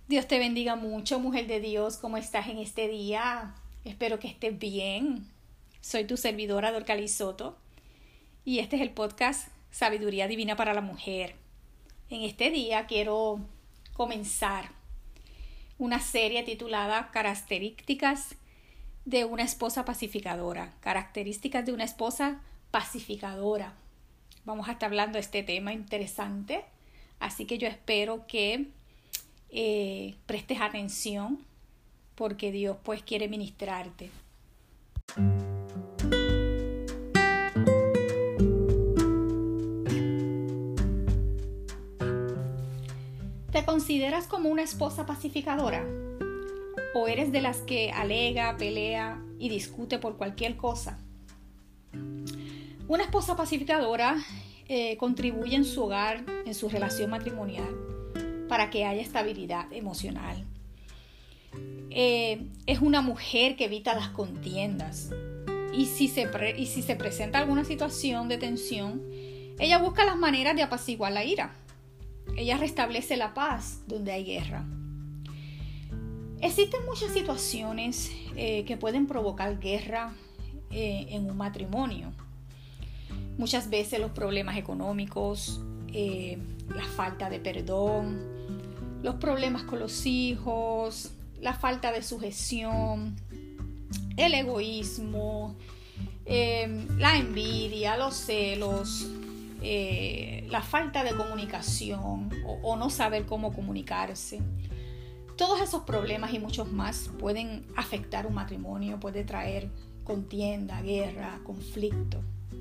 Dios te bendiga mucho, mujer de Dios. ¿Cómo estás en este día? Espero que estés bien. Soy tu servidora Dorcali Soto y este es el podcast Sabiduría Divina para la Mujer. En este día quiero comenzar una serie titulada Características de una esposa pacificadora. Características de una esposa pacificadora. Vamos a estar hablando de este tema interesante, así que yo espero que prestes atención porque Dios pues quiere ministrarte. ¿Te consideras como una esposa pacificadora? ¿O eres de las que alega, pelea y discute por cualquier cosa? Una esposa pacificadora contribuye en su hogar, en su relación matrimonial, para que haya estabilidad emocional. Es una mujer que evita las contiendas. Y si se presenta alguna situación de tensión, ella busca las maneras de apaciguar la ira. Ella restablece la paz donde hay guerra. Existen muchas situaciones que pueden provocar guerra en un matrimonio. Muchas veces los problemas económicos, la falta de perdón, los problemas con los hijos, la falta de sujeción, el egoísmo, la envidia, los celos, la falta de comunicación o no saber cómo comunicarse. Todos esos problemas y muchos más pueden afectar un matrimonio, puede traer contienda, guerra, conflicto.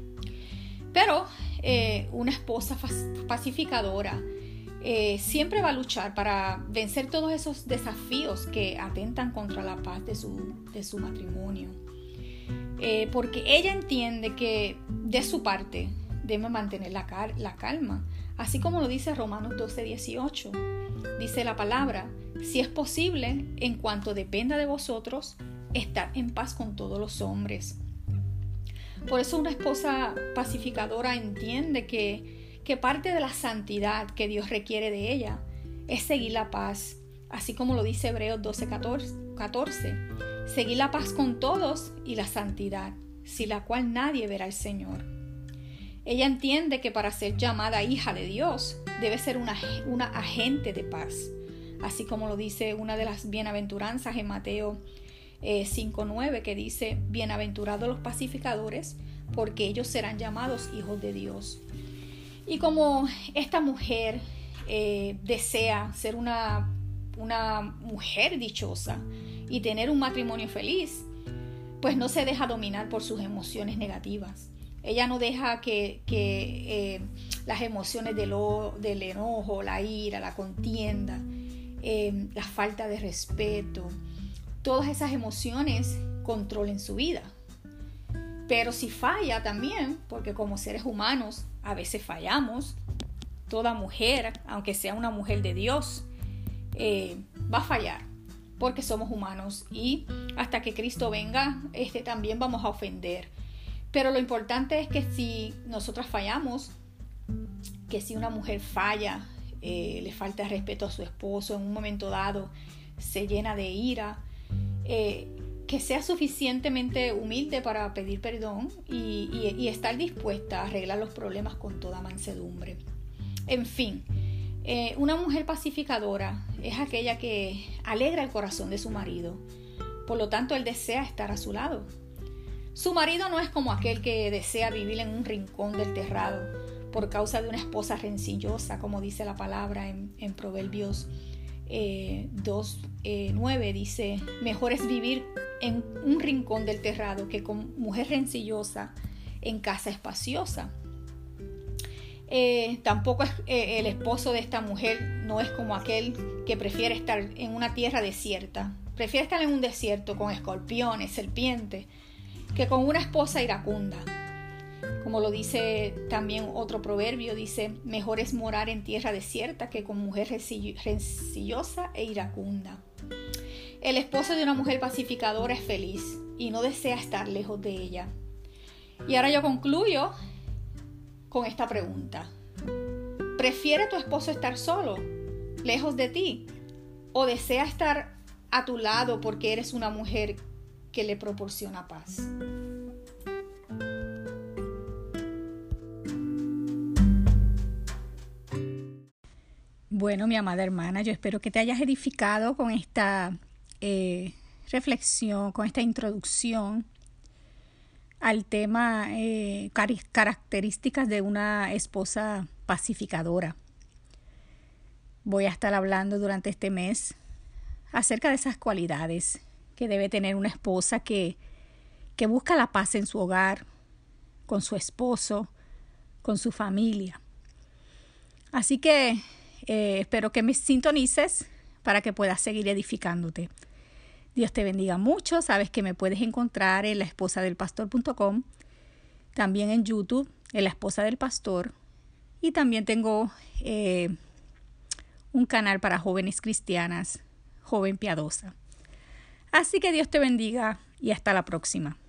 Pero una esposa pacificadora siempre va a luchar para vencer todos esos desafíos que atentan contra la paz de su matrimonio. Porque ella entiende que de su parte debe mantener la calma. Así como lo dice Romanos 12:18. Dice la palabra: si es posible, en cuanto dependa de vosotros, estad en paz con todos los hombres. Por eso una esposa pacificadora entiende que parte de la santidad que Dios requiere de ella es seguir la paz, así como lo dice Hebreos 12:14. Seguir la paz con todos y la santidad, sin la cual nadie verá al Señor. Ella entiende que para ser llamada hija de Dios debe ser una agente de paz, así como lo dice una de las bienaventuranzas en Mateo 5:9, que dice: bienaventurados los pacificadores, porque ellos serán llamados hijos de Dios. Y como esta mujer desea ser una mujer dichosa y tener un matrimonio feliz, pues no se deja dominar por sus emociones negativas. Ella no deja que las emociones del enojo, la ira, la contienda, la falta de respeto, todas esas emociones controlen su vida. Pero si falla también, porque como seres humanos a veces fallamos, toda mujer, aunque sea una mujer de Dios, va a fallar, porque somos humanos y hasta que Cristo venga, también vamos a ofender. Pero lo importante es que si nosotras fallamos, que si una mujer falla, le falta respeto a su esposo, en un momento dado se llena de ira, que sea suficientemente humilde para pedir perdón y estar dispuesta a arreglar los problemas con toda mansedumbre. En fin, una mujer pacificadora es aquella que alegra el corazón de su marido. Por lo tanto, él desea estar a su lado. Su marido no es como aquel que desea vivir en un rincón del terrado por causa de una esposa rencillosa, como dice la palabra en Proverbios 2:9. Dice: mejor es vivir en un rincón del terrado que con mujer rencillosa en casa espaciosa. Tampoco el esposo de esta mujer no es como aquel que prefiere estar en una tierra desierta. Prefiere estar en un desierto con escorpiones, serpientes, que con una esposa iracunda. Como lo dice también otro proverbio, dice: mejor es morar en tierra desierta que con mujer rencillosa e iracunda. El esposo de una mujer pacificadora es feliz y no desea estar lejos de ella. Y ahora yo concluyo con esta pregunta: ¿prefiere tu esposo estar solo, lejos de ti, o desea estar a tu lado porque eres una mujer que le proporciona paz. Bueno, mi amada hermana, yo espero que te hayas edificado con esta reflexión, con esta introducción al tema características de una esposa pacificadora. Voy a estar hablando durante este mes acerca de esas cualidades que debe tener una esposa que busca la paz en su hogar, con su esposo, con su familia. Así que espero que me sintonices para que puedas seguir edificándote. Dios te bendiga mucho. Sabes que me puedes encontrar en laesposadelpastor.com, también en YouTube, en La Esposa del Pastor, y también tengo un canal para jóvenes cristianas, Joven Piadosa. Así que Dios te bendiga y hasta la próxima.